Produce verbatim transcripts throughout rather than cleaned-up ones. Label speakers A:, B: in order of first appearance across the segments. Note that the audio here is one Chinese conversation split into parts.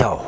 A: Yo,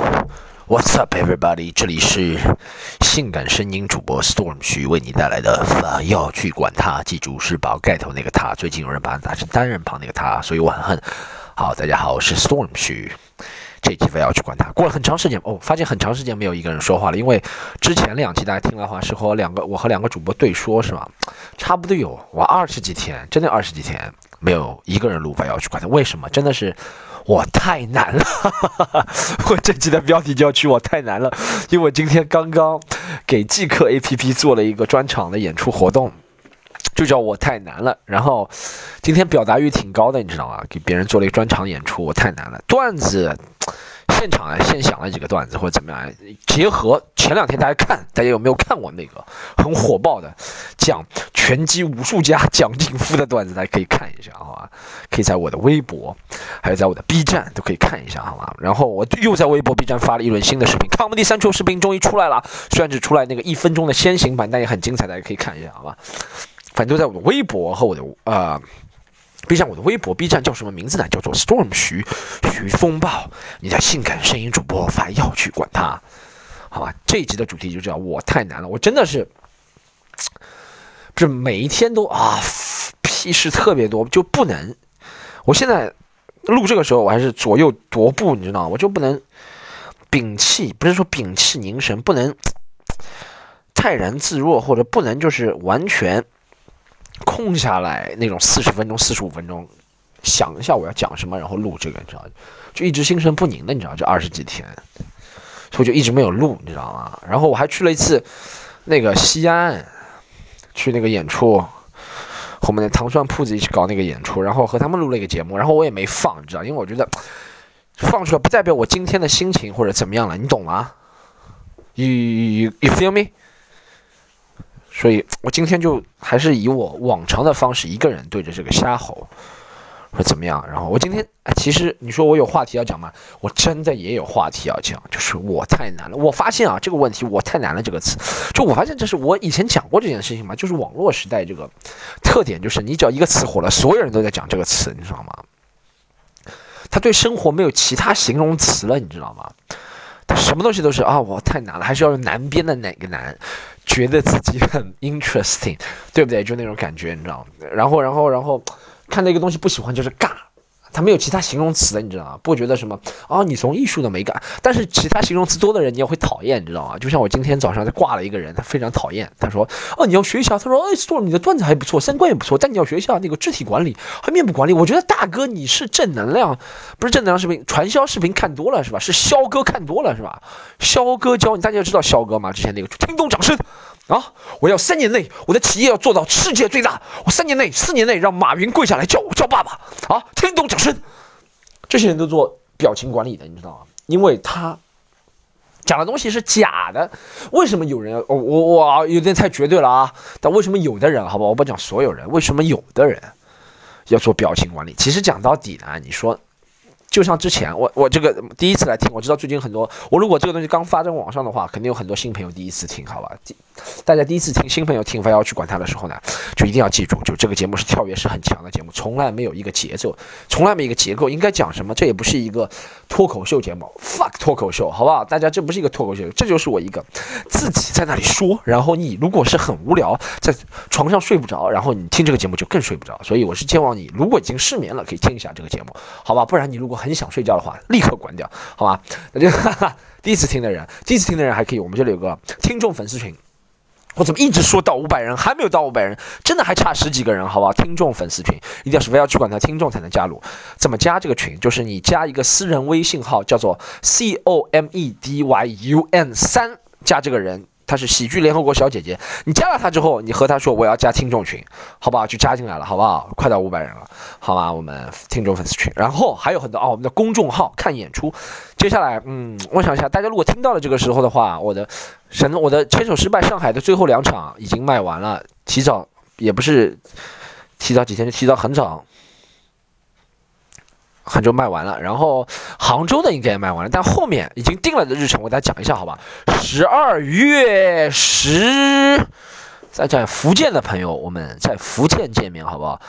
A: what's up, everybody？ 这里是性感声音主播 Storm 徐为你带来的法要去管他，记住是宝盖头那个他。最近有人把它打成单人旁那个他，所以我很恨。好，大家好，我是 Storm 徐。这期法要去管他，过了很长时间哦，发现很长时间没有一个人说话了，因为之前两期大家听的话是和两个我和两个主播对说是吧？差不多有我二十几天，真的二十几天没有一个人录法要去管他，为什么？真的是。我太难了，我这期的标题就要取我太难了，因为我今天刚刚给即刻 A P P 做了一个专场的演出活动，就叫我太难了。然后今天表达欲挺高的，你知道吗？给别人做了一个专场演出，我太难了。段子现场啊，现想了几个段子或者怎么样，结合前两天大家看，大家有没有看我那个很火爆的讲拳击武术家蒋劲夫的段子？大家可以看一下，好吧？可以在我的微博，还有在我的 B 站都可以看一下，好吗？然后我又在微博、B 站发了一轮新的视频，Comedy Central 视频终于出来了，虽然只出来那个一分钟的先行版，但也很精彩，大家可以看一下，好吧？反正都在我的微博和我的呃。B 站我的微博 B 站叫什么名字呢？叫做 Storm 徐徐风暴，你的性感声音主播，法要去管他，好吧？这一集的主题就叫我太难了，我真的是，不是每一天都啊屁事特别多，就不能。我现在录这个时候，我还是左右踱步，你知道吗？我就不能屏气，不是说屏气凝神，不能泰然自若，或者不能就是完全。空下来那种四十分钟、四十五分钟，想一下我要讲什么，然后录这个，你知道，就一直心神不宁的，你知道，这二十几天，所以我就一直没有录，你知道吗？然后我还去了一次那个西安，去那个演出，和我们的糖蒜铺子一起搞那个演出，然后和他们录了一个节目，然后我也没放，你知道，因为我觉得放出来不代表我今天的心情或者怎么样了，你懂吗 ？You you you feel me？所以我今天就还是以我往常的方式一个人对着这个瞎吼，或怎么样。然后我今天其实你说我有话题要讲吗？我真的也有话题要讲，就是我太难了。我发现啊，这个问题我太难了这个词，就我发现这是我以前讲过这件事情嘛，就是网络时代这个特点，就是你只要一个词火了，所有人都在讲这个词，你知道吗？他对生活没有其他形容词了，你知道吗？什么东西都是啊，我太难了，还是要用南边的哪个难，觉得自己很 interesting， 对不对？就那种感觉，你知道吗？然后，然后，然后看到一个东西不喜欢就是尬，他没有其他形容词的，你知道吗？不会觉得什么啊，你从艺术的美感，但是其他形容词多的人你也会讨厌，你知道吗？就像我今天早上在挂了一个人，他非常讨厌，他说哦，你要学一下，他说哎 ，Storm 你的段子还不错，三观也不错，但你要学一下那个肢体管理和面部管理。我觉得大哥你是正能量，不是正能量视频，传销视频看多了是吧？是肖哥看多了是吧？肖哥教你，大家知道肖哥吗？之前那个听懂掌声。啊！我要三年内，我的企业要做到世界最大。我三年内、四年内让马云跪下来叫我叫爸爸啊！听懂掌声。这些人都做表情管理的，你知道吗？因为他讲的东西是假的。为什么有人？我我我有点太绝对了啊！但为什么有的人？好吧，我不讲所有人。为什么有的人要做表情管理？其实讲到底呢，你说。就像之前我我这个第一次来听，我知道最近很多我如果这个东西刚发在网上的话，肯定有很多新朋友第一次听，好吧？大家第一次听新朋友听，非要去管他的时候呢，就一定要记住，就这个节目是跳跃式很强的节目，从来没有一个节奏，从来没有一个结构，应该讲什么？这也不是一个脱口秀节目 ，fuck 脱口秀，好不好？大家这不是一个脱口秀，这就是我一个自己在那里说，然后你如果是很无聊，在床上睡不着，然后你听这个节目就更睡不着，所以我是建议你，如果已经失眠了，可以听一下这个节目，好吧？不然你如果很想睡觉的话，立刻关掉，好吧？那就哈哈，第一次听的人，第一次听的人还可以，我们这里有个听众粉丝群。我怎么一直说到五百人，还没有到五百人，真的还差十几个人，好不好？听众粉丝群一定要是非要去管他听众才能加入。怎么加这个群？就是你加一个私人微信号，叫做 C O M E D Y U N 三，加这个人。她是喜剧联合国小姐姐，你加了她之后，你和她说我要加听众群，好不好？就加进来了，好不好？快到五百人了，好吧？我们听众粉丝群，然后还有很多啊、哦，我们的公众号看演出。接下来，嗯，我想一下，大家如果听到了这个时候的话，我的神，我的牵手失败上海的最后两场已经卖完了，提早也不是提早几天，就提早很早。杭州卖完了，然后杭州的应该也卖完了，但后面已经定了的日程，我给大家讲一下，好吧？十二月十，在在福建的朋友，我们在福建见面，好不好？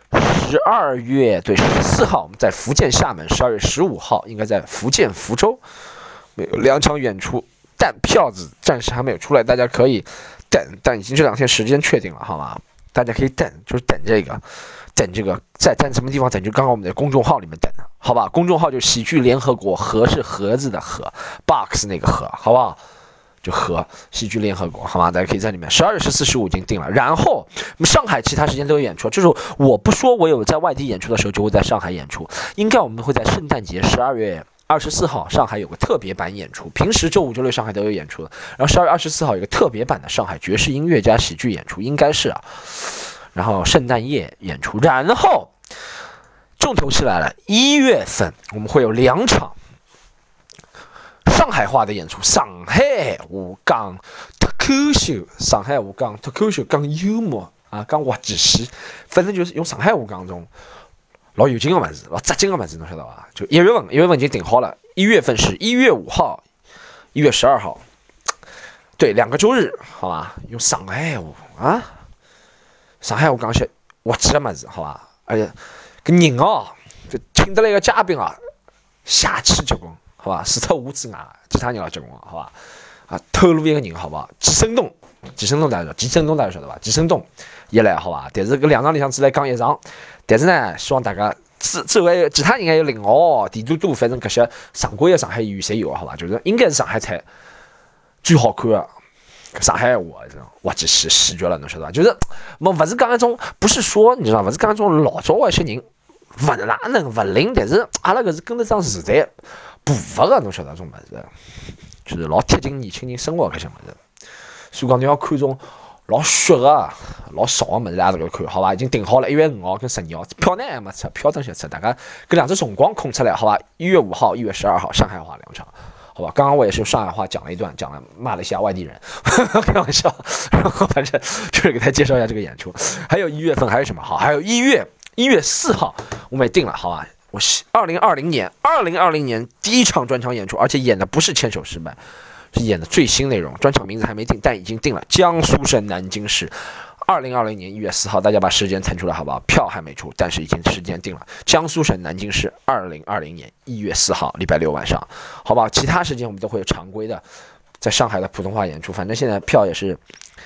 A: 十二月对十四号我们在福建厦门，十二月十五号应该在福建福州，没有两场演出，但票子暂时还没有出来，大家可以等，但已经这两天时间确定了，好吗？大家可以等，就是等这个，等这个，在在什么地方等？就刚刚我们的公众号里面等，好吧？公众号就喜剧联合国，盒是盒子的盒 ，box 那个盒，好不好？就和喜剧联合国，好吗？大家可以在里面。十二月十四、十五已经定了，然后上海其他时间都有演出。就是我不说我有在外地演出的时候，就会在上海演出。应该我们会在圣诞节十二月二十四号，上海有个特别版演出。平时周五、周六上海都有演出的，然后十二月二十四号有个特别版的上海爵士音乐加喜剧演出，应该是啊。然后圣诞夜演出，然后重头戏来了，一月份我们会有两场。上海话的演出，上海话讲脱口秀，上海话讲脱口秀，讲幽默啊，讲滑稽戏，反正就是用上海话讲种老有劲的么子，老扎劲的么子，侬晓得吧？就一月份，一月份已经定好了，一月份是一月五号，一月十二号，对，两个周日，好吧？用上海话啊，上海话讲些滑稽的么子，好吧？而且个人哦，就请得来个嘉宾啊，下气结棍。好吧，除脱我之外，其他人老结棍，好吧？啊，透露一个人，好不好？季生东，季生东大家晓得，季生东大家晓得吧？季生东一来，好吧？但是搿两场里向只来讲一场，但是呢，希望大家之之外其他人还有林傲、田嘟嘟，反正搿些常规的上海演员侪有，好吧？就是应该是上海菜最好看的上海话这种滑稽戏喜剧了，侬晓得吧？就是么勿是讲那种，不是说你知道，勿是讲那种老早的一些人勿哪能勿灵，但是阿拉搿是跟得上时代。步伐个，侬晓得种物事，就是老贴近年轻人生活搿些物事。所以讲，你要看种老血个、老少个物事，大家都看，好吧？已经定好了，一月五号跟十二号，票呢还没出，票等些出，大家搿两只辰光空出来，好吧？一月五号、一月十二号，上海话两场，好吧？刚刚我也是用上海话讲了一段，讲了骂了一下外地人，开玩笑，然后反正就是给大家介绍一下这个演出。还有一月份还有什么好？还有一月一月四号，我们也定了，好吧？我是二零二零年，二零二零年第一场专场演出，而且演的不是牵手失败，是演的最新内容。专场名字还没定，但已经定了，江苏省南京市。二零二零年一月四号，大家把时间弹出来好不好？票还没出，但是已经时间定了。江苏省南京市，二零二零年一月四号，礼拜六晚上，好不好？其他时间我们都会有常规的，在上海的普通话演出。反正现在票也是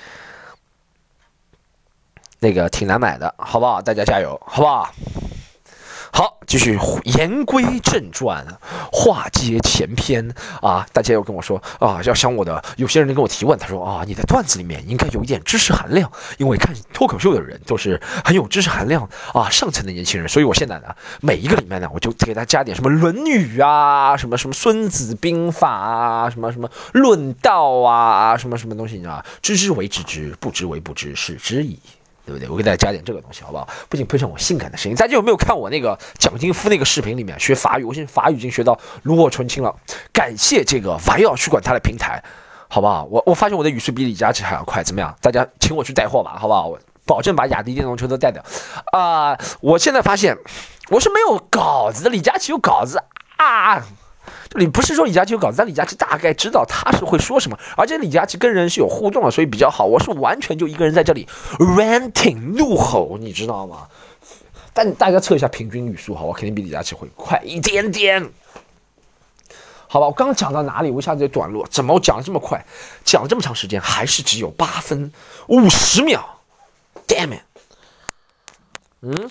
A: 那个挺难买的，好不好？大家加油，好不好？好，继续言归正传，话接前篇啊！大家又跟我说啊，要想我的，有些人跟我提问，他说啊，你的段子里面应该有一点知识含量，因为看脱口秀的人都是很有知识含量啊，上层的年轻人，所以我现在呢，每一个里面呢，我就给大家加点什么《论语》啊，什么什么《孙子兵法》啊，什么什么论道啊，什么什么东西，你知道吧？知之为知之，不知为不知，是知矣。对不对？我给大家加点这个东西，好不好？不仅配上我性感的声音，大家有没有看我那个蒋劲夫那个视频里面学法语？我现在法语已经学到炉火纯青了，感谢这个法要去管它的平台，好不好？我我发现我的语速比李佳琦还要快，怎么样？大家请我去带货吧，好不好？我保证把雅迪电动车都带掉啊、呃！我现在发现我是没有稿子的，李佳琦有稿子啊。你不是说李佳琦有稿子，但李佳琦大概知道他是会说什么，而且李佳琦跟人是有互动的，所以比较好。我是完全就一个人在这里 ranting 怒吼，你知道吗？但大家测一下平均语速，好，我肯定比李佳琦会快一点点。好吧，我刚刚讲到哪里？我一下子就短路，怎么我讲了这么快，讲了这么长时间，还是只有八分五十秒 ？Damn it！ 嗯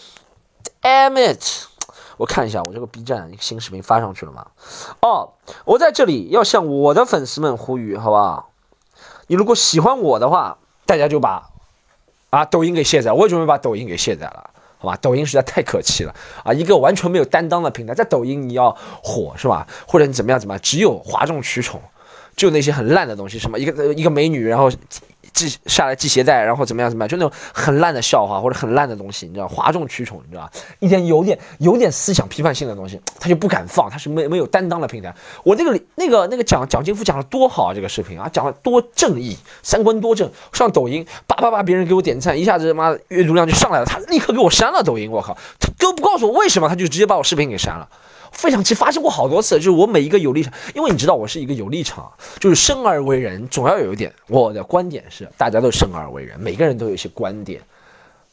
A: ，Damn it！我看一下，我这个 B 站新视频发上去了吗？哦，我在这里要向我的粉丝们呼吁，好不好？你如果喜欢我的话，大家就把啊抖音给卸载。我也准备把抖音给卸载了，好吧？抖音实在太可气了啊！一个完全没有担当的平台，在抖音你要火是吧？或者你怎么样怎么样，只有哗众取宠，就那些很烂的东西，什么一个一个美女，然后系下来系鞋带，然后怎么样怎么样，就那种很烂的笑话或者很烂的东西，你知道，哗众取宠，你知道吧？一点有点有点思想批判性的东西，他就不敢放，他是没没有担当的平台。我那个那个那个讲蒋劲夫讲的多好啊，这个视频啊，讲的多正义，三观多正。上抖音叭叭叭，别人给我点赞，一下子妈阅读量就上来了，他立刻给我删了抖音，我靠，他都不告诉我为什么，他就直接把我视频给删了。非常气，发生过好多次，就是我每一个有立场，因为你知道我是一个有立场，就是生而为人，总要有一点。我的观点是，大家都生而为人，每个人都有一些观点，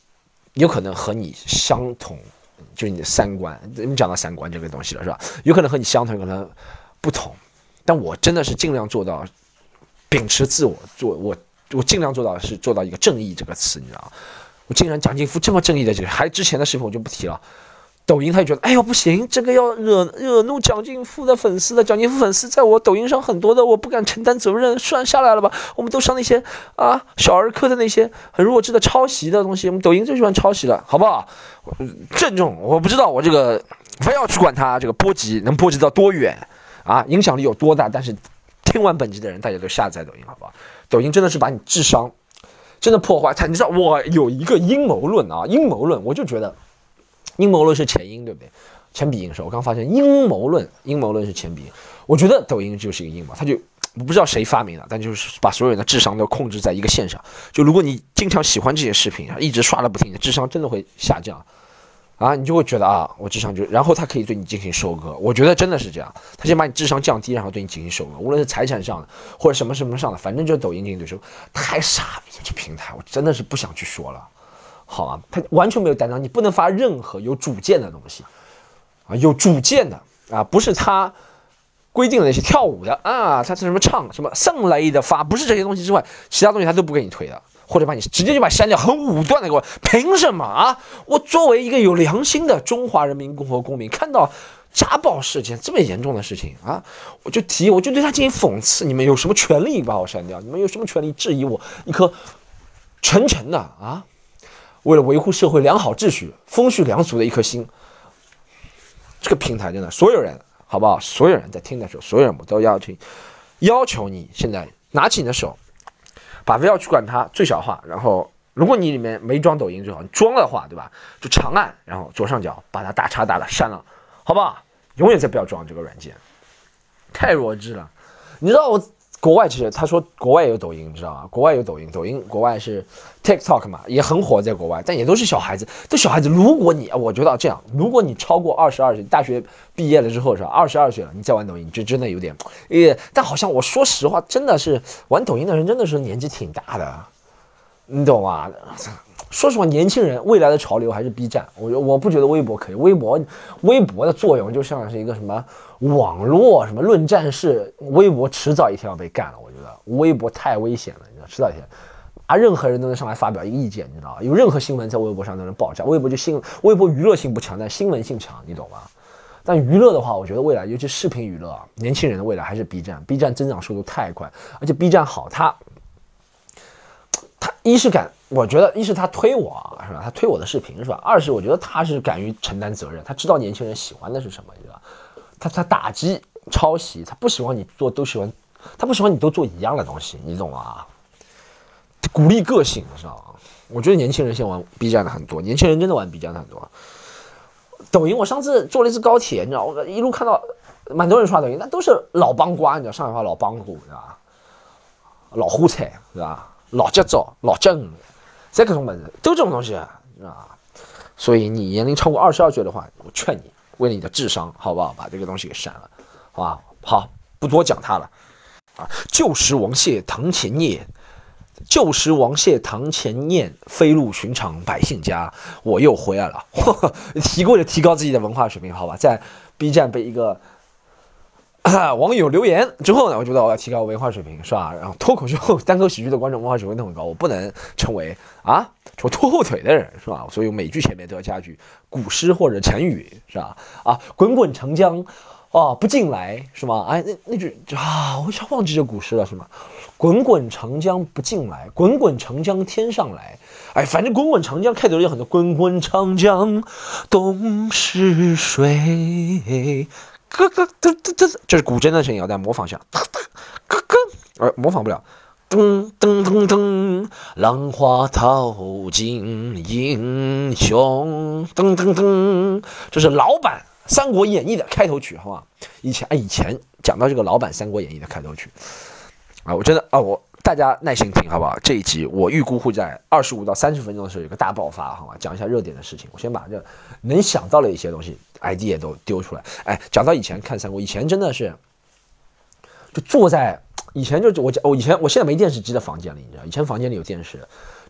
A: 有可能和你相同，就是你的三观。我们讲到三观这个东西了，是吧？有可能和你相同，有可能不同。但我真的是尽量做到秉持自我，做我我尽量做到是做到一个正义这个词，你知道吗？我竟然蒋劲夫这么正义的这个，还之前的视频我就不提了。抖音他就觉得，哎呦不行，这个要惹惹怒蒋劲夫的粉丝的，蒋劲夫粉丝在我抖音上很多的，我不敢承担责任，算下来了吧？我们都上那些啊小儿科的那些很弱智的抄袭的东西，我们抖音最喜欢抄袭了，好不好？郑重，我不知道我这个非要去管他这个波及能波及到多远啊，影响力有多大，但是听完本集的人，大家都下载抖音，好不好？抖音真的是把你智商真的破坏。他你知道我有一个阴谋论啊，阴谋论，我就觉得。阴谋论是前因，对不对？前鼻音是。我刚发现阴谋论，阴谋论是前鼻音。我觉得抖音就是一个阴谋，它就我不知道谁发明的，但就是把所有人的智商都控制在一个线上。就如果你经常喜欢这些视频，一直刷了不停，你的智商真的会下降啊，你就会觉得啊，我智商就，然后它可以对你进行收割。我觉得真的是这样，它先把你智商降低，然后对你进行收割，无论是财产上的或者什么什么上的，反正就是抖音进行对收割。太傻逼了，这平台我真的是不想去说了。好啊，他完全没有担当，你不能发任何有主见的东西啊，有主见的啊，不是他规定的那些跳舞的啊，他是什么唱什么上来的发，不是这些东西之外，其他东西他都不给你推的，或者把你直接就把删掉，很武断的给我，凭什么啊？我作为一个有良心的中华人民共和国公民，看到家暴事件这么严重的事情啊，我就提，我就对他进行讽刺，你们有什么权利把我删掉？你们有什么权利质疑我一颗纯纯的啊？为了维护社会良好秩序、风序良俗的一颗心，这个平台真的，所有人好不好？所有人在听的时候，所有人我都要求要求你现在拿起你的手，把不要去管它最小化，然后如果你里面没装抖音最好，你装的话，对吧？就长按，然后左上角把它大叉大的删了，好不好？永远再不要装这个软件，太弱智了。你知道我。国外其实他说国外有抖音，你知道吗？国外有抖音，抖音国外是 TikTok 嘛，也很火在国外，但也都是小孩子，都小孩子。如果你，我觉得这样，如果你超过二十二岁，大学毕业了之后是吧？二十二岁了，你再玩抖音，就真的有点，呃，但好像我说实话，真的是玩抖音的人真的是年纪挺大的，你懂吗？说实话，年轻人未来的潮流还是 B 站，我我不觉得微博可以，微博微博的作用就像是一个什么网络什么论战式，微博迟早一天要被干了，我觉得微博太危险了，你知道，迟早一天啊，任何人都能上来发表一个意见，你知道吗？有任何新闻在微博上都能爆炸，微博就新微博娱乐性不强，但新闻性强，你懂吗？但娱乐的话，我觉得未来尤其视频娱乐，年轻人的未来还是 B 站 ，B 站增长速度太快，而且 B 站好，它它一是敢。我觉得一是他推我是吧，他推我的视频是吧？二是我觉得他是敢于承担责任，他知道年轻人喜欢的是什么，你知道吧？他他打击抄袭，他不喜欢你做都喜欢，他不喜欢你都做一样的东西，你懂吗？鼓励个性，知道吗？我觉得年轻人现在玩 B 站的很多，年轻人真的玩 B 站的很多。抖音，我上次坐了一次高铁，你知道，我一路看到蛮多人刷抖音，那都是老帮瓜，你知道上海话老帮骨，对吧？老胡菜，对吧？老节奏，老正。这各种本事都这种东西啊，所以你年龄超过二十二岁的话，我劝你为了你的智商，好不好？把这个东西给删了，好吧？好，不多讲它了啊。旧时王谢堂前念，旧时王谢堂前念，飞入寻常百姓家。我又回来了，呵呵，提过就提高自己的文化水平，好吧？在 B 站被一个。啊、网友留言之后呢，我觉得我要提高文化水平，是吧？然后脱口秀、单口喜剧的观众文化水平都很高，我不能成为啊说拖后腿的人，是吧？所以每句前面都要加句古诗或者成语，是吧？啊，滚滚长江，哦，不进来，是吗？哎，那那句啊，我想忘记这古诗了，是吗？滚滚长江不进来，滚滚长江天上来。哎，反正滚滚长江开头有很多滚滚长江东逝水。咯咯噔噔噔，这是古筝的声音，我在模仿一下。咯咯，呃，模仿不了。噔噔噔噔，浪花淘尽英雄。噔噔噔，这是老版《三国演义》的开头曲，好吧？以前，哎，以前讲到这个老版《三国演义》的开头曲，啊，我真的啊，我大家耐心听，好不好？这一集我预估会在二十五到三十分钟的时候有个大爆发，好吧？讲一下热点的事情。我先把这能想到的一些东西 idea 都丢出来。哎，讲到以前看三国，以前真的是就坐在以前就我我以前我现在没电视机的房间里，你知道，以前房间里有电视，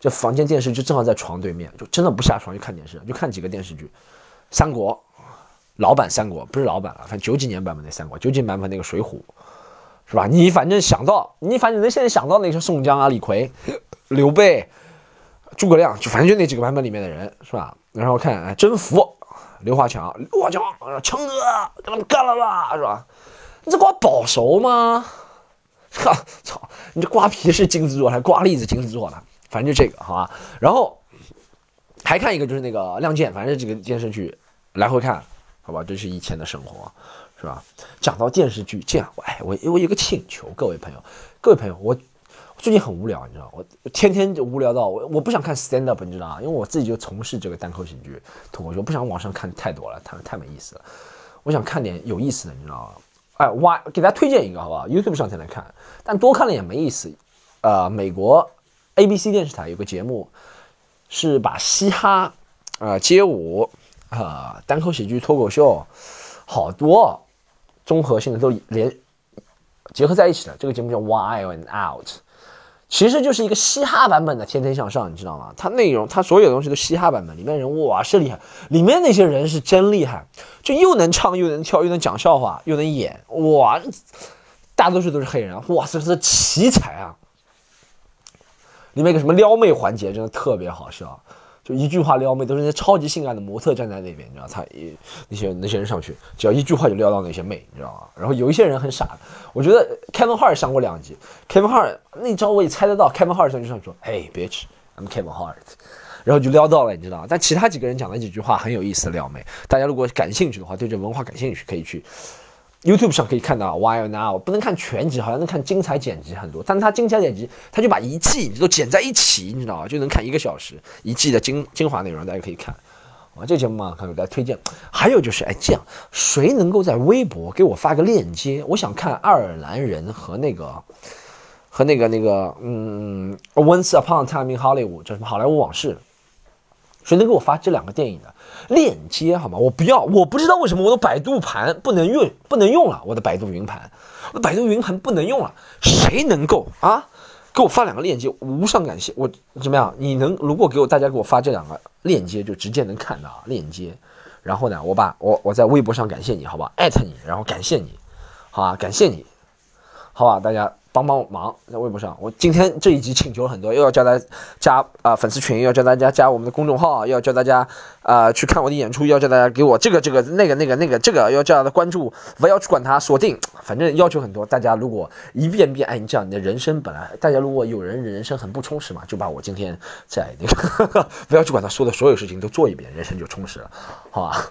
A: 就房间电视就正好在床对面，就真的不下床就看电视，就看几个电视剧，三国，老版三国不是老版了，反正九几年版本的三国，九几年版本那个水浒，是吧？你反正想到，你反正能现在想到那些宋江啊、李逵、刘备、诸葛亮，就反正就那几个版本里面的人，是吧？然后看哎征服，刘华强，刘华强，强哥给他们干了吧，是吧？你这瓜保熟吗？哈，操！你这瓜皮是金子做的，还瓜粒子金子做的，反正就这个，好吧？然后还看一个就是那个《亮剑》，反正这个电视剧来回看，好吧？这是以前的生活，是吧？讲到电视剧，这样，哎，我我有个请求，各位朋友，各位朋友，我我最近很无聊，你知道，我天天就无聊到我我不想看 stand up， 你知道吗？因为我自己就从事这个单口喜剧脱口秀，不想网上看太多了，太太没意思了，我想看点有意思的，你知道吗？哎，哇，给大家推荐一个好不好 ？YouTube 上才能看，但多看了也没意思。呃，美国 A B C 电视台有个节目，是把嘻哈、呃街舞、啊、呃、单口喜剧、脱口秀，好多综合性的都连结合在一起的。这个节目叫 Wild and Out， 其实就是一个嘻哈版本的《天天向上》，你知道吗？它内容，它所有东西都嘻哈版本，里面人哇是厉害，里面那些人是真厉害，就又能唱又能跳又能讲笑话又能演，哇，大多数都是黑人，哇，这是奇才啊！里面一个什么撩妹环节真的特别好笑，就一句话撩妹，都是那些超级性感的模特站在那边，你知道，他那些那些人上去，只要一句话就撩到那些妹，你知道吗？然后有一些人很傻，我觉得 Kevin Hart 上过两集 ，Kevin Hart 那招我也猜得到 ，Kevin Hart 上就上说 ，Hey bitch，I'm Kevin Hart， 然后就撩到了，你知道，但其他几个人讲了几句话很有意思的撩妹，大家如果感兴趣的话，对这文化感兴趣，可以去。YouTube 上可以看到 Wild Now， 不能看全集，好像能看精彩剪辑很多，但他精彩剪辑，他就把一季都剪在一起，你知道吗？就能看一个小时，一季的精精华内容，大家可以看。啊，这节目嘛，看给大家推荐。还有就是，哎，这样谁能够在微博给我发个链接？我想看爱尔兰人和那个和那个那个，嗯 ，Once Upon a Time in Hollywood， 叫什么好莱坞往事？谁能给我发这两个电影的链接好吗？我不要，我不知道为什么我的百度盘不能用，不能用了，我的百度云盘，我的百度云盘不能用了，谁能够啊给我发两个链接？无上感谢，我怎么样？你能如果给我大家给我发这两个链接，就直接能看到链接，然后呢，我把我我在微博上感谢你，好吧，艾特你，然后感谢你，好吧，感谢你，好吧，大家。帮帮忙，在微博上，我今天这一集请求了很多，又要叫大家加啊、呃、粉丝群，又要叫大家加我们的公众号，又要叫大家啊、呃、去看我的演出，又要叫大家给我这个这个那个那个那个这个，又要叫大家关注，不要去管它，锁定，反正要求很多。大家如果一遍遍，哎，你这样你的人生本来，大家如果有人人生很不充实嘛，就把我今天在那个呵呵不要去管他说的所有事情都做一遍，人生就充实了，好吧？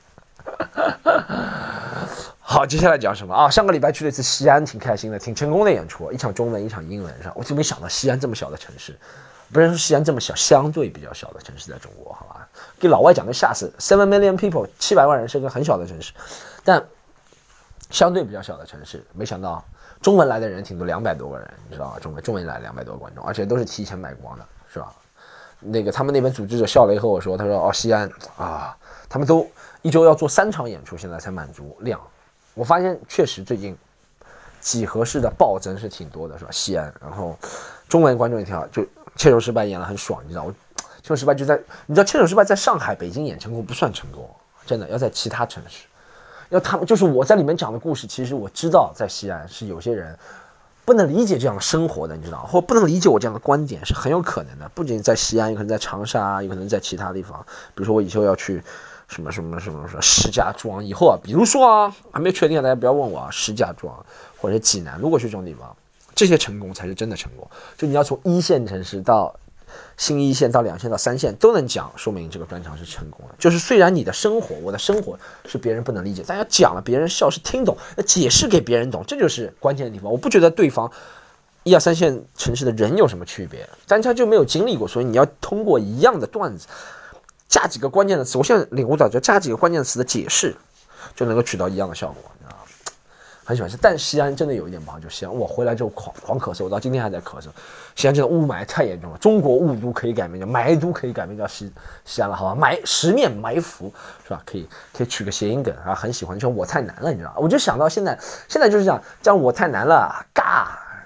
A: 好，接下来讲什么啊？上个礼拜去了一次西安，挺开心的，挺成功的演出，一场中文，一场英文上，我就没想到西安这么小的城市，不是说西安这么小，相对比较小的城市在中国，好吧？给老外讲的吓死 ，seven million people， 七百万人是个很小的城市，但相对比较小的城市，没想到中文来的人挺多，两百多个人，你知道吧？中文中文来两百多个观众，而且都是提前买光的，是吧？那个他们那边组织者笑雷和我说，他说哦，西安啊，他们都一周要做三场演出，现在才满足量。我发现确实最近几何式的暴增是挺多的，是吧？西安，然后中文观众也挺好，就切手失败演了很爽，你知道我切手失败就在你知道切手失败在上海、北京演成功不算成功，真的要在其他城市，要他们就是我在里面讲的故事，其实我知道在西安是有些人不能理解这样的生活的，你知道，或不能理解我这样的观点是很有可能的，不仅在西安，有可能在长沙，有可能在其他地方，比如说我以后要去。什么什么什么什么石家庄以后啊，比如说啊，还没有确定，大家不要问我啊，石家庄或者济南，如果去这种地方，这些成功才是真的成功。就你要从一线城市到新一线到两线到三线都能讲，说明这个专场是成功的。就是虽然你的生活，我的生活是别人不能理解，但要讲了别人笑是听懂，要解释给别人懂，这就是关键的地方。我不觉得对方一二三线城市的人有什么区别，但他就没有经历过，所以你要通过一样的段子。加几个关键的词，我现在领悟到，就加几个关键词的解释，就能够取到一样的效果，你知道吗？很喜欢吃，但西安真的有一点不好，就西安，我回来之后狂狂咳嗽，我到今天还在咳嗽。西安真的雾霾太严重了，中国雾都可以改名叫霾都，可以改名叫西西安了，好吧？埋十面埋伏是吧？可以可以取个谐音梗啊，很喜欢，就像我太难了，你知道吗？我就想到现在现在就是这样，这样我太难了，尬，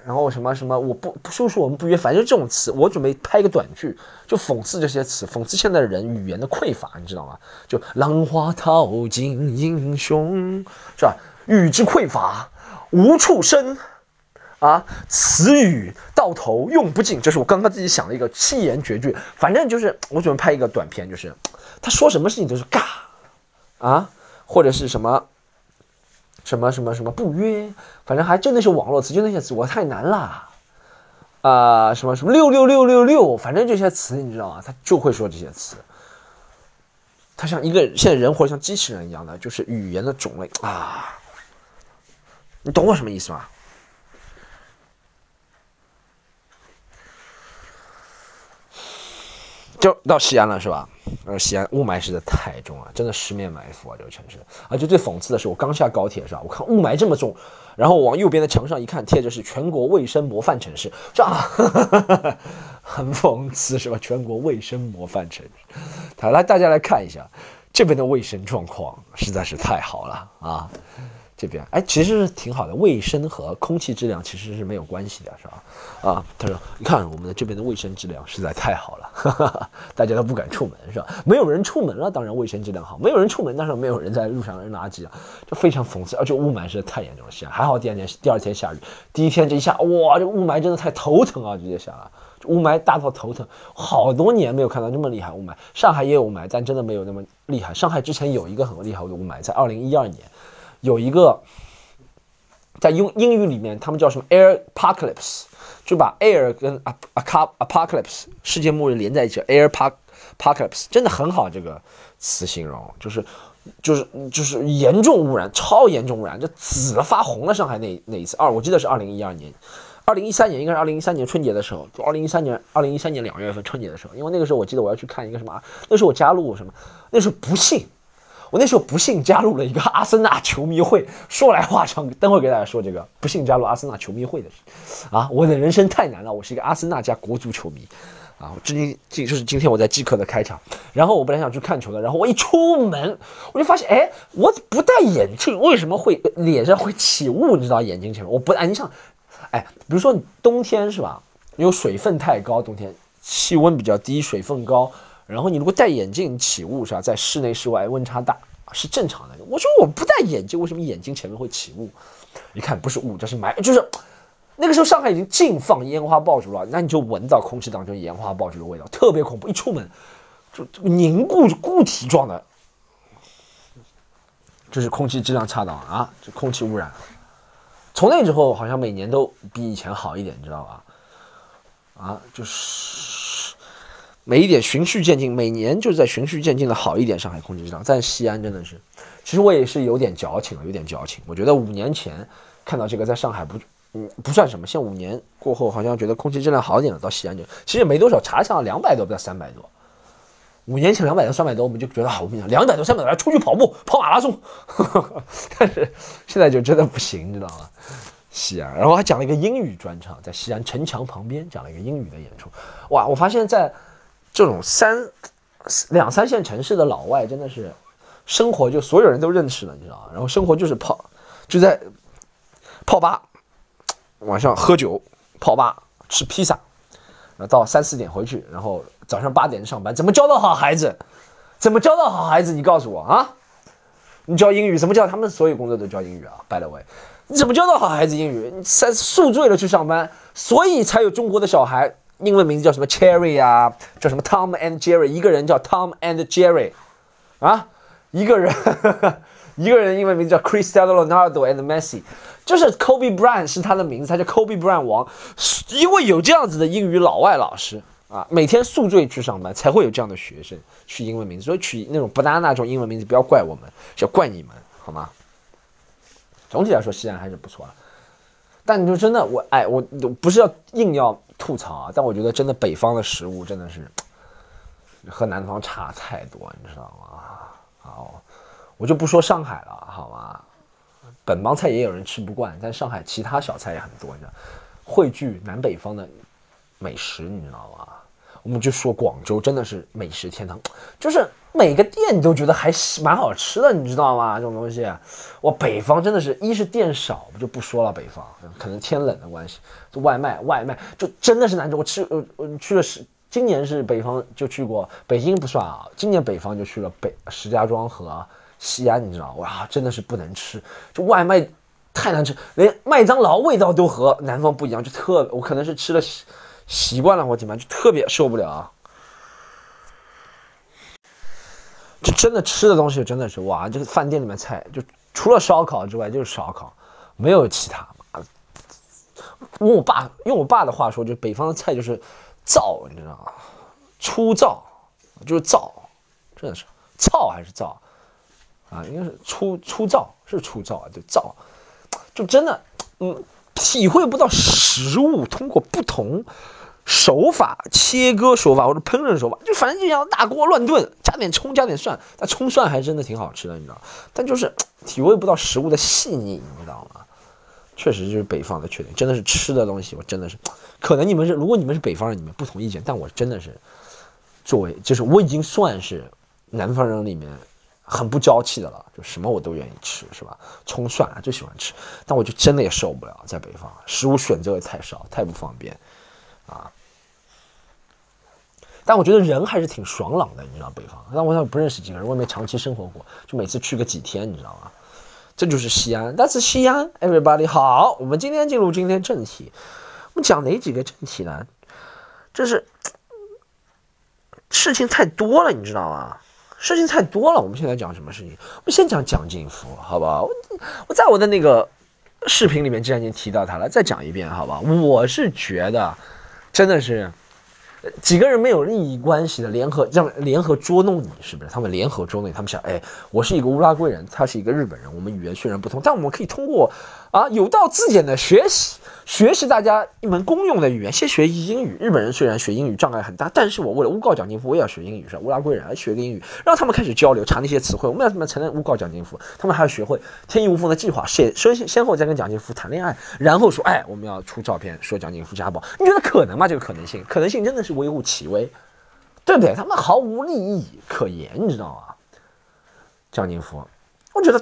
A: 然后什么什么我不不说说我们不约，反正这种词，我准备拍一个短剧，就讽刺这些词，讽刺现在的人语言的匮乏，你知道吗？就浪花淘尽英雄，是吧？语之匮乏，无处生。啊，词语到头用不尽，这是我刚刚自己想的一个七言绝句。反正就是我准备拍一个短片，就是他说什么事情都是尬啊，或者是什么什么什么什么不约，反正还真的是网络词，就那些词我太难了啊、呃，什么什么六六六六六，反正这些词你知道吗？他就会说这些词。他像一个现在人活得像机器人一样的，就是语言的种类啊，你懂我什么意思吗？就到西安了是吧？呃，西安雾霾实在太重了，真的十面埋伏啊！这个城市，而且最讽刺的是，我刚下高铁是吧？我看雾霾这么重，然后我往右边的墙上一看，贴着是全国卫生模范城市，这啊，很讽刺是吧？全国卫生模范城市，好，来大家来看一下这边的卫生状况，实在是太好了啊！这边哎，其实是挺好的，卫生和空气质量其实是没有关系的，是吧？啊，他说，你看我们的这边的卫生质量实在太好了，哈哈哈，大家都不敢出门，是吧？没有人出门了，当然卫生质量好；没有人出门，当然没有人在路上扔垃圾啊，就非常讽刺。而且雾霾实在太严重了，西安还好第二天第二天下雨，第一天这一下，哇，这雾霾真的太头疼啊，直接下来，雾霾大到头疼，好多年没有看到这么厉害雾霾。上海也有雾霾，但真的没有那么厉害。上海之前有一个很厉害的雾霾，在二零一二年。有一个在英英语里面，他们叫什么 air apocalypse， 就把 air 跟 apocalypse 世界末日连在一起 ，air apocalypse 真的很好，这个词形容就是就是就是严重污染，超严重污染，就紫了发红了。上海那那一次，二我记得是二零一二年，二零一三年应该是二零一三年春节的时候，就二零一三年二零一三年两月份春节的时候，因为那个时候我记得我要去看一个什么，那时候我加入什么，那时候不幸。我那时候不幸加入了一个阿森纳球迷会，说来话长，等会儿给大家说这个不幸加入阿森纳球迷会的事啊！我的人生太难了，我是一个阿森纳加国足球迷啊！我今今就是今天我在即刻的开场，然后我本来想去看球的，然后我一出门我就发现，哎，我不戴眼镜，为什么会脸上会起雾？你知道眼睛前面我不戴，你想，哎，比如说你冬天是吧？有水分太高，冬天气温比较低，水分高。然后你如果戴眼镜起雾是吧，在室内室外温差大是正常的。我说我不戴眼镜，为什么眼睛前面会起雾？一看不是雾，这是霾，就是那个时候上海已经禁放烟花爆竹了，那你就闻到空气当中烟花爆竹的味道，特别恐怖。一出门就凝固固体状的，就是空气质量差到啊，这空气污染。从那之后好像每年都比以前好一点，你知道吧？啊，就是。每一点循序渐进，每年就是在循序渐进的好一点。上海空气质量，但西安真的是，其实我也是有点矫情了，有点矫情。我觉得五年前看到这个在上海不，嗯，不算什么。现在五年过后，好像觉得空气质量好一点了。到西安就其实没多少，查一下两百多不到三百多。五年前两百多、三百多，我们就觉得好，我们讲两百多、三百多，来出去跑步、跑马拉松。但是现在就真的不行，你知道吗？西安，然后还讲了一个英语专场，在西安城墙旁边讲了一个英语的演出。哇，我发现在。这种三两三线城市的老外真的是生活就所有人都认识了，你知道吗？然后生活就是泡，就在泡吧，晚上喝酒、泡吧、吃披萨，然后到三四点回去，然后早上八点上班。怎么教导好孩子？怎么教导好孩子？你告诉我啊！你教英语怎么教？他们所有工作都教英语啊 ，by the way， 你怎么教导好孩子英语？你三宿醉了去上班，所以才有中国的小孩。英文名字叫什么 Cherry 啊，叫什么 Tom and Jerry， 一个人叫 Tom and Jerry， 啊，一个人呵呵一个人英文名字叫 Cristiano Ronaldo and Messi， 就是 Kobe Bryant 是他的名字，他叫 Kobe Bryant 王，因为有这样子的英语老外老师啊，每天宿醉去上班，才会有这样的学生取英文名字，所以取那种不搭那种英文名字不要怪我们，要怪你们好吗？总体来说西安还是不错的，但你就真的我哎我不是要硬要吐槽啊，但我觉得真的北方的食物真的是和南方差太多，你知道吗？好，我就不说上海了，好吗？本帮菜也有人吃不惯，但上海其他小菜也很多，你知道，汇聚南北方的美食，你知道吗？ 我们就说广州真的是美食天堂，就是每个店你都觉得还蛮好吃的，你知道吗？这种东西，哇，北方真的是一是店少，就不说了，北方可能天冷的关系，就外卖外卖就真的是难吃。我吃呃我去了十，今年是北方就去过，北京不算啊，今年北方就去了北石家庄和西安，你知道，哇，真的是不能吃，就外卖太难吃，连麦当劳味道都和南方不一样，就特我可能是吃了习习惯了或怎么样，就特别受不了啊。就真的吃的东西真的是哇，这个饭店里面菜就除了烧烤之外就是烧烤，没有其他。用我爸用我爸的话说，就北方的菜就是燥，你知道吗？粗糙，就是燥，真的是糙还是燥啊？应该是粗粗糙，是粗糙啊，对，燥，就真的嗯，体会不到食物通过不同手法、切割手法或者烹饪手法，就反正就像大锅乱炖，加点葱加点蒜，但葱蒜还真的挺好吃的，你知道？但就是体会不到食物的细腻，你知道吗？确实就是北方的缺点，真的是吃的东西，我真的是，可能你们是，如果你们是北方人，你们不同意见，但我真的是，作为就是我已经算是南方人里面很不娇气的了，就什么我都愿意吃，是吧？葱蒜啊，最喜欢吃，但我就真的也受不了，在北方食物选择也太少，太不方便啊。但我觉得人还是挺爽朗的，你知道北方，但我也不认识几个人，我也没长期生活过，就每次去个几天，你知道吗？这就是西安，但是西安 ，everybody 好，我们今天进入今天正题，我们讲哪几个正题呢？这是事情太多了，你知道吗？事情太多了，我们现在讲什么事情？我们先讲蒋劲夫，好不好？我我在我的那个视频里面既然已经提到他了，再讲一遍，好吧？我是觉得，真的是。几个人没有利益关系的联合，这样联合捉弄你，是不是？他们联合捉弄你，他们想，哎，我是一个乌拉圭人，他是一个日本人，我们语言虽然不同，但我们可以通过啊有道字典的学习，学习大家一门公用的语言，先学英语。日本人虽然学英语障碍很大，但是我为了诬告蒋劲夫，我也要学英语，是吧？乌拉圭人还学个英语，让他们开始交流，查那些词汇。我们要怎么才能诬告蒋劲夫？他们还要学会天衣无缝的计划，先先先后再跟蒋劲夫谈恋爱，然后说，哎，我们要出照片说蒋劲夫家暴。你觉得可能吗？这个可能性，可能性真的是微乎其微，对不对？他们毫无利益可言，你知道吗？蒋劲夫，我觉得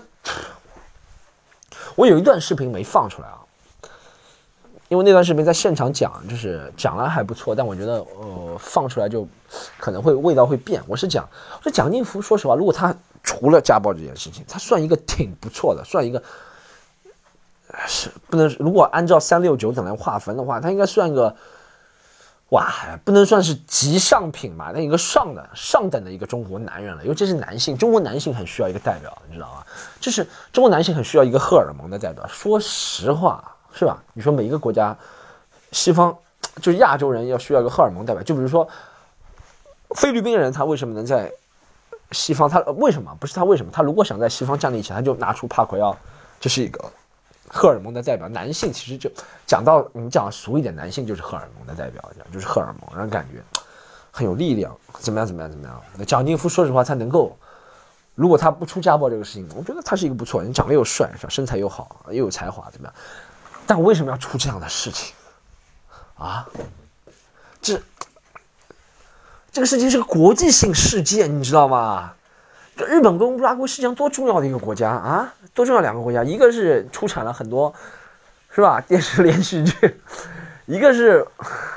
A: 我有一段视频没放出来啊。因为那段视频在现场讲，就是讲了还不错，但我觉得呃放出来就可能会味道会变。我是讲，我说蒋劲夫，说实话，如果他除了家暴这件事情，他算一个挺不错的，算一个是不能，如果按照三六九等来划分的话，他应该算个哇，不能算是极上品吧，那一个上的上等的一个中国男人了，尤其是男性，中国男性很需要一个代表，你知道吗？就是中国男性很需要一个荷尔蒙的代表。说实话。是吧？你说每一个国家，西方就是亚洲人要需要一个荷尔蒙代表，就比如说菲律宾人，他为什么能在西方？他为什么不是他为什么？他如果想在西方站立起来，他就拿出帕奎奥，这是一个荷尔蒙的代表。男性其实就讲到你讲俗一点，男性就是荷尔蒙的代表，就是荷尔蒙，让人感觉很有力量，怎么样怎么样怎么样。那蒋劲夫说实话，他能够。如果他不出家暴这个事情，我觉得他是一个不错，人长得又帅，身材又好，又有才华，怎么样？但为什么要出这样的事情啊？这这个事情是个国际性事件，你知道吗？日本跟乌拉圭世界上多重要的一个国家啊，多重要两个国家，一个是出产了很多，是吧？电视连续剧，一个是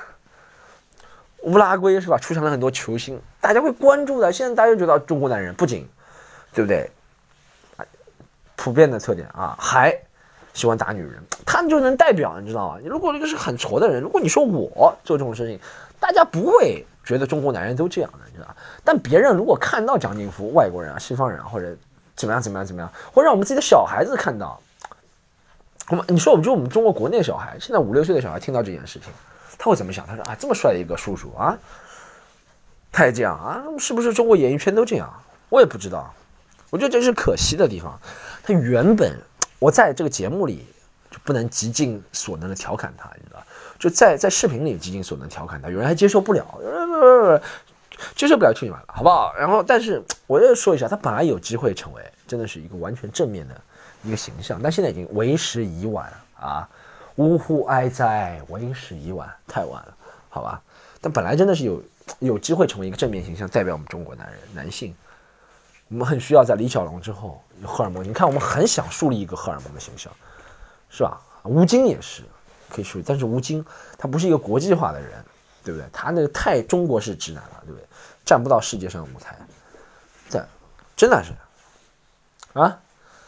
A: 乌拉圭，是吧？出产了很多球星，大家会关注的。现在大家觉得中国男人不仅，对不对？普遍的特点啊，还。喜欢打女人，他们就能代表，你知道吗？如果这个是很挫的人，如果你说我做这种事情，大家不会觉得中国男人都这样的，你知道吗？但别人如果看到蒋劲夫，外国人啊、西方人啊，或者怎么样怎么样怎么样，或者让我们自己的小孩子看到，我们你说我们就我们中国国内小孩，现在五六岁的小孩听到这件事情，他会怎么想？他说啊，这么帅的一个叔叔啊，他也这样啊，是不是中国演艺圈都这样？我也不知道，我觉得这是可惜的地方。他原本。我在这个节目里就不能极尽所能的调侃他，你知道，就在在视频里极尽所能调侃他，有人还接受不了，接受不了去你妈了，好不好？然后，但是我要说一下，他本来有机会成为真的是一个完全正面的一个形象，但现在已经为时已晚啊！呜呼哀哉，为时已晚，太晚了，好吧？但本来真的是有有机会成为一个正面形象，代表我们中国男人男性。我们很需要在李小龙之后有荷尔蒙，你看我们很想树立一个荷尔蒙的形象，是吧？吴京也是可以树立，但是吴京他不是一个国际化的人，对不对？他那个太中国式直男了，对不对？站不到世界上的舞台，这真的是啊，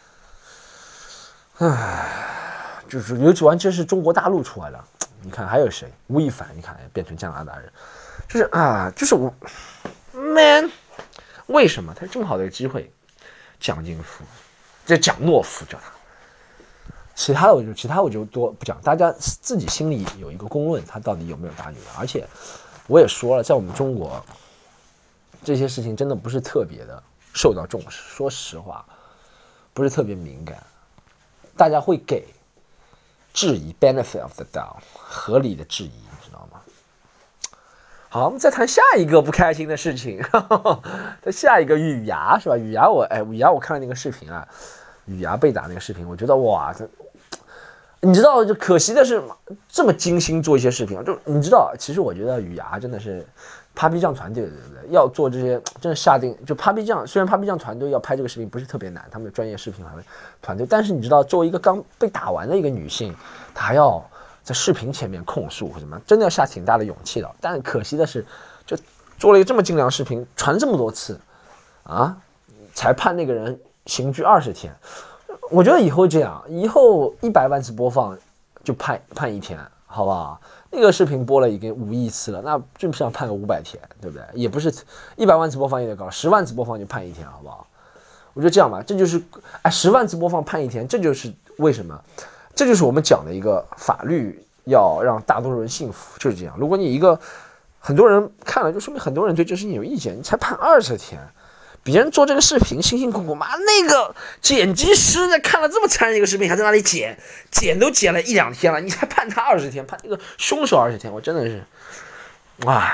A: 唉，就是尤其完全是中国大陆出来的。你看还有谁？吴亦凡，你看变成加拿大人，就是啊，就是我 ，man， 为什么他这么好的一个机会？蒋劲夫，这蒋懦夫叫他。其他的我就其他我就多不讲，大家自己心里有一个公论，他到底有没有打女人？而且我也说了，在我们中国，这些事情真的不是特别的受到重视。说实话，不是特别敏感，大家会给质疑 benefit of the doubt 合理的质疑，你知道吗？好，我们再谈下一个不开心的事情。再下一个雨芽是吧？雨芽我哎，雨芽我看了那个视频啊，雨芽被打那个视频，我觉得哇，这你知道就可惜的是这么精心做一些视频，就你知道，其实我觉得雨芽真的是 Papi 酱团队对不对？要做这些真的下定就 Papi 酱，虽然 Papi 酱团队要拍这个视频不是特别难，他们的专业视频团队，但是你知道，作为一个刚被打完的一个女性，她还要在视频前面控诉或什么，真的要下挺大的勇气的。但可惜的是，就做了一个这么精良的视频，传这么多次，啊，才判那个人刑拘二十天。我觉得以后这样，以后一百万次播放就判判一天，好不好？那个视频播了已经五亿次了，那基本上判个五百天，对不对？也不是一百万次播放也得高，十万次播放就判一天，好不好？我觉得这样吧，这就是哎，十万次播放判一天，这就是为什么，这就是我们讲的一个法律要让大多数人信服，就是这样。如果你一个很多人看了，就说明很多人对这事情有意见，你才判二十天。别人做这个视频辛辛苦苦，妈那个剪辑师在看了这么残忍一个视频，还在那里剪，剪都剪了一两天了，你才判他二十天，判那个凶手二十天，我真的是，哇！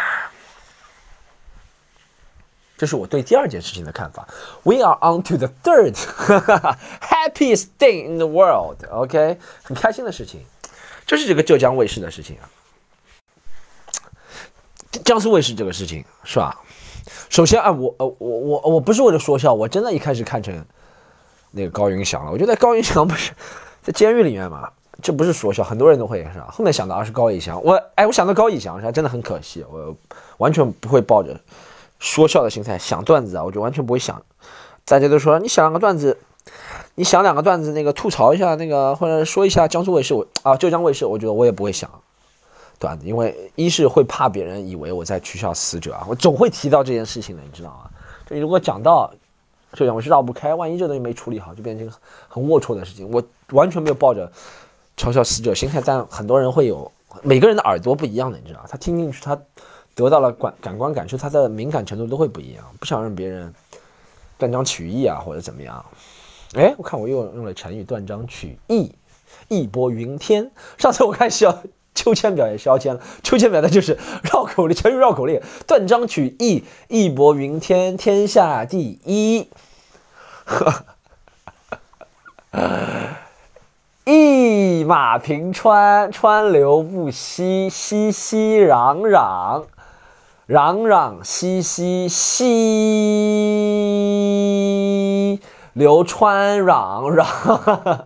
A: 这是我对第二件事情的看法。We are on to the third happiest thing in the world，OK， 很开心的事情，就是这个浙江卫视的事情啊，江苏卫视这个事情是吧？首先啊，我呃我我我不是为了说笑，我真的一开始看成那个高云翔了。我觉得高云翔不是在监狱里面嘛，这不是说笑，很多人都会是吧？后面想到啊是高以翔，我哎我想到高以翔是吧？真的很可惜，我完全不会抱着说笑的心态想段子啊，我就完全不会想。大家都说你想两个段子，你想两个段子那个吐槽一下那个或者说一下江苏卫视我啊浙江卫视，我觉得我也不会想。段子，因为一是会怕别人以为我在取笑死者啊，我总会提到这件事情的，你知道吗？就如果讲到这样，我是绕不开，万一这东西没处理好，就变成很龌龊的事情。我完全没有抱着嘲笑死者心态，但很多人会有，每个人的耳朵不一样的，你知道，他听进去，他得到了感感官感受，他的敏感程度都会不一样，不想让别人断章取义啊，或者怎么样。哎，我看我又用了成语断章取义，义薄云天。上次我看小秋千表演消遣了，秋千表的就是绕口令，成语绕口令，断章取义，义薄云天，天下第一。一马平川，川流不息，熙熙攘攘，攘攘熙熙，溪流川攘攘，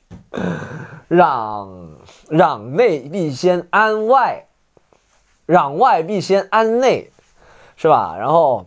A: 攘。攘内必先安外，攘外必先安内，是吧？然后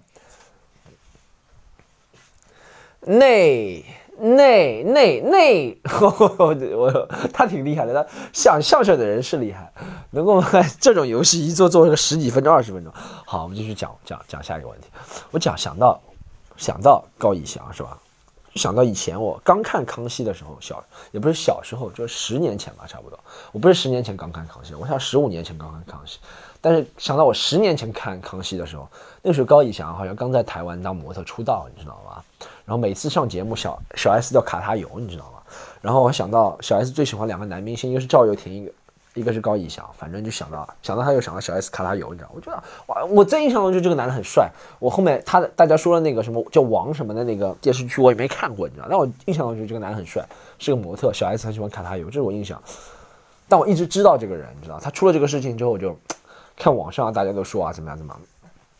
A: 内内内内，我他挺厉害的，他想相声的人是厉害，能够这种游戏一做做个十几分钟、二十分钟。好，我们继续讲讲讲下一个问题。我讲想到想到高以翔是吧？想到以前我刚看康熙的时候，小也不是小时候，就是十年前吧，差不多。我不是十年前刚看康熙，我想十五年前刚看康熙。但是想到我十年前看康熙的时候，那时候高以翔好像刚在台湾当模特出道，你知道吗？然后每次上节目，小小 S 都要卡他油，你知道吗？然后我想到小 S 最喜欢两个男明星，一个是赵又廷，一个一个是高以翔，反正就想到想到他又想到小 S 卡他油，你知道？我觉得哇，我最印象中就这个男的很帅。我后面他的大家说的那个什么叫王什么的那个电视剧我也没看过，你知道？但我印象中就这个男的很帅，是个模特，小 S 很喜欢卡他油，这是我印象。但我一直知道这个人，你知道？他出了这个事情之后，我就看网上大家都说啊怎么样怎么样。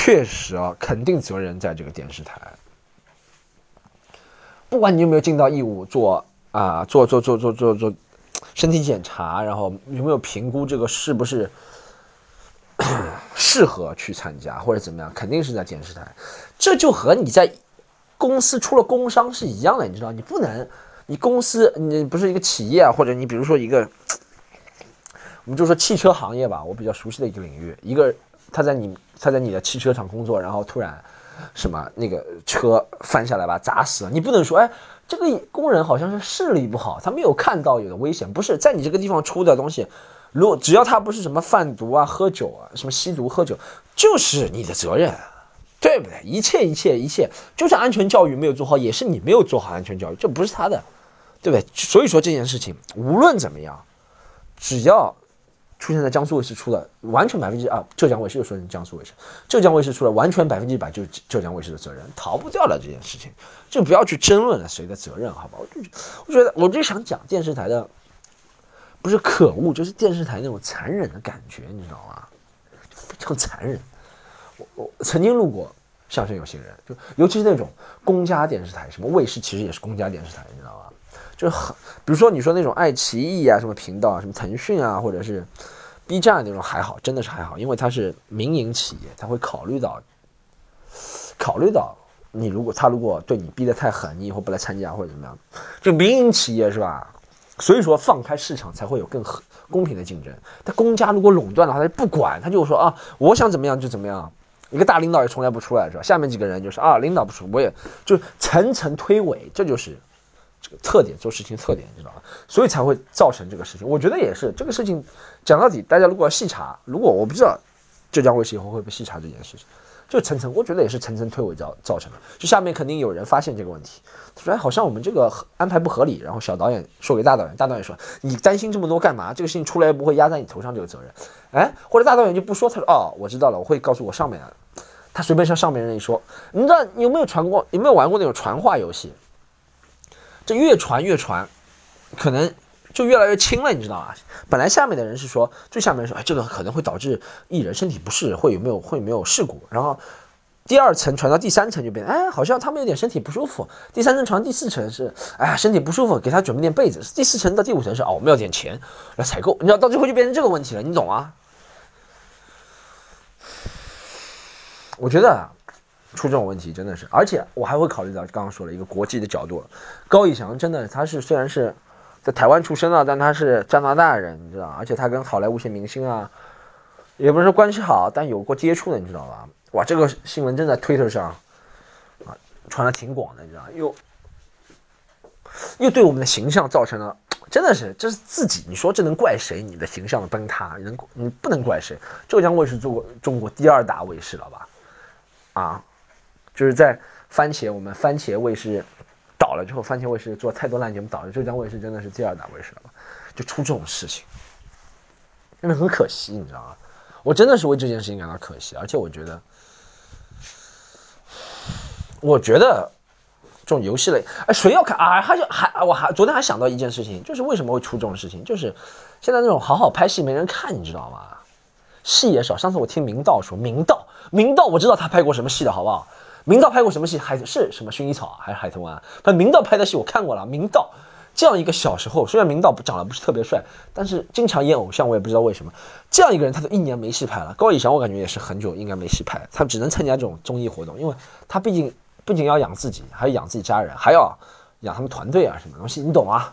A: 确实啊，肯定责任在这个电视台。不管你有没有尽到义务做啊，做做做做做做身体检查，然后有没有评估这个是不是适合去参加或者怎么样，肯定是在电视台。这就和你在公司出了工伤是一样的，你知道，你不能，你公司你不是一个企业啊，或者你比如说一个，我们就说汽车行业吧，我比较熟悉的一个领域，一个他在你他在你的汽车厂工作，然后突然什么那个车翻下来把砸死了，你不能说哎这个工人好像是视力不好，他没有看到有的危险，不是在你这个地方出的东西，如果只要他不是什么贩毒啊、喝酒啊、什么吸毒、喝酒，就是你的责任。对不对？一切一切一切，就算安全教育没有做好，也是你没有做好安全教育，这不是他的，对不对？所以说这件事情无论怎么样，只要出现在江苏卫视出的，完全百分之啊，浙江卫视又说成江苏卫视，浙江卫视出了完全百分之百就是浙江卫视的责任，逃不掉了这件事情，就不要去争论了谁的责任，好吧？我就我觉得我就想讲电视台的，不是可恶，就是电视台那种残忍的感觉，你知道吗？非常残忍。我我曾经录过相声有新人，就尤其是那种公家电视台，什么卫视其实也是公家电视台，你知道吧？就是很，比如说你说那种爱奇艺啊，什么频道啊，什么腾讯啊，或者是 B 站那种还好，真的是还好，因为它是民营企业，它会考虑到考虑到你如果他如果对你逼得太狠，你以后不来参加或者怎么样，就民营企业是吧？所以说放开市场才会有更公平的竞争。但公家如果垄断的话，他就不管，他就说啊，我想怎么样就怎么样。一个大领导也从来不出来，是吧？下面几个人就是啊，领导不出，我也就层层推诿，这就是这个特点，做事情特点，你知道吧？所以才会造成这个事情。我觉得也是这个事情讲到底，大家如果要细查，如果我不知道浙江卫视以后会不会细查这件事情，就层层，我觉得也是层层推诿造造成的。就下面肯定有人发现这个问题，他说哎，好像我们这个安排不合理，然后小导演说给大导演，大导演说你担心这么多干嘛？这个事情出来不会压在你头上这个责任。哎，或者大导演就不说，他说哦，我知道了，我会告诉我上面的。他随便向上面人一说，你知道你有没有传过，有没有玩过那种传话游戏？这越传越传，可能就越来越轻了，你知道吗？本来下面的人是说，最下面人说，哎，这个可能会导致艺人身体不适，会有没有会没有事故。然后第二层传到第三层就变，哎，好像他们有点身体不舒服。第三层传到第四层是，哎，身体不舒服，给他准备点被子。第四层到第五层是，哦，我们要点钱来采购。你知道到最后就变成这个问题了，你懂啊？我觉得出这种问题真的是，而且我还会考虑到刚刚说了一个国际的角度，高以翔真的他是虽然是在台湾出生的，但他是加拿大人，你知道，而且他跟好莱坞一些明星啊，也不是说关系好，但有过接触的，你知道吧？哇，这个新闻真在 Twitter 上啊传的挺广的，你知道，又又对我们的形象造成了，真的是这是自己，你说这能怪谁？你的形象的崩塌，你能你不能怪谁？浙江卫视做过中国第二大卫视了吧？啊，就是在番茄我们番茄卫视倒了之后，番茄卫视做太多烂节目倒了，浙江卫视真的是第二大卫视了吧？就出这种事情，真的很可惜，你知道吗？我真的是为这件事情感到可惜，而且我觉得，我觉得这种游戏类，哎，谁要看啊？还就还我还昨天还想到一件事情，就是为什么会出这种事情，就是现在那种好好拍戏没人看，你知道吗？戏也少。上次我听明道说，明道，明道我知道他拍过什么戏的，好不好？明道拍过什么戏？海是什么薰衣草啊，还是海豚湾？反正明道拍的戏我看过了。明道这样一个小时候，虽然明道长得不是特别帅，但是经常演偶像，我也不知道为什么。这样一个人，他都一年没戏拍了。高以翔我感觉也是很久应该没戏拍，他只能参加这种综艺活动，因为他毕竟不仅要养自己，还要养自己家人，还要养他们团队啊，什么东西，你懂啊？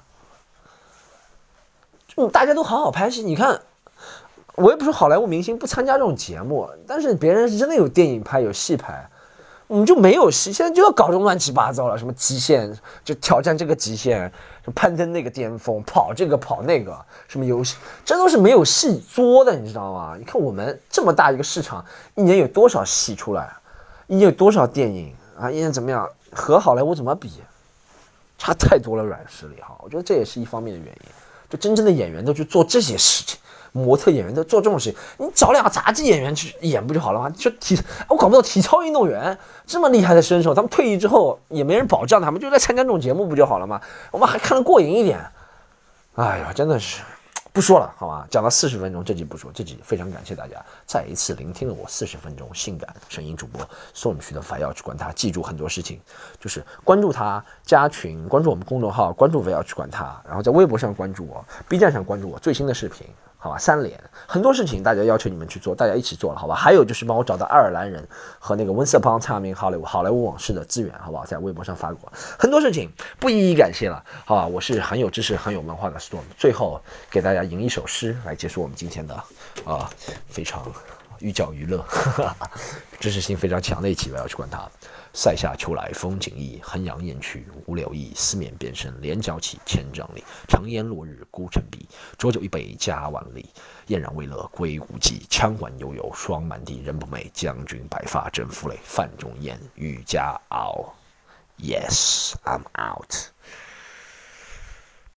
A: 就大家都好好拍戏，你看。我也不是好莱坞明星不参加这种节目，但是别人是真的有电影拍有戏拍，我们就没有戏，现在就要搞这种乱七八糟了，什么极限就挑战这个极限，什么攀登那个巅峰，跑这个跑那个，什么游戏，这都是没有戏作的，你知道吗？你看我们这么大一个市场，一年有多少戏出来，一年有多少电影啊，一年怎么样，和好莱坞怎么比？差太多了，软实力哈，我觉得这也是一方面的原因。就真正的演员都去做这些事情。模特演员都做这种事情，你找两个杂技演员去演不就好了吗？就体，我搞不懂体操运动员这么厉害的身手，他们退役之后也没人保障他们，就在参加这种节目不就好了吗？我们还看得过瘾一点。哎呀，真的是不说了，好吗？讲了四十分钟，这集不说，这集非常感谢大家再一次聆听了我四十分钟性感声音主播宋区的法要去管他。记住很多事情，就是关注他，加群，关注我们公众号，关注法要去管他，然后在微博上关注我 ，B 站上关注我最新的视频。好吧，三连很多事情大家要求你们去做，大家一起做了，好吧？还有就是帮我找到爱尔兰人和那个 Once Upon a Time in Hollywood 好莱坞往事的资源，好不好？在微博上发过很多事情，不一一感谢了，好吧？我是很有知识、很有文化的 Storm， 最后给大家吟一首诗来结束我们今天的啊非常寓教于乐、知识性非常强的一期，我要去管它。塞下秋来风景异，衡阳雁去无柳意。四面边声连角起千丈里，长烟落日孤城闭。浊酒一杯家万里，燕然未勒归无计。羌管悠悠霜满地，人不寐。将军白发征夫垒，范仲淹欲加敖。Yes, I'm out.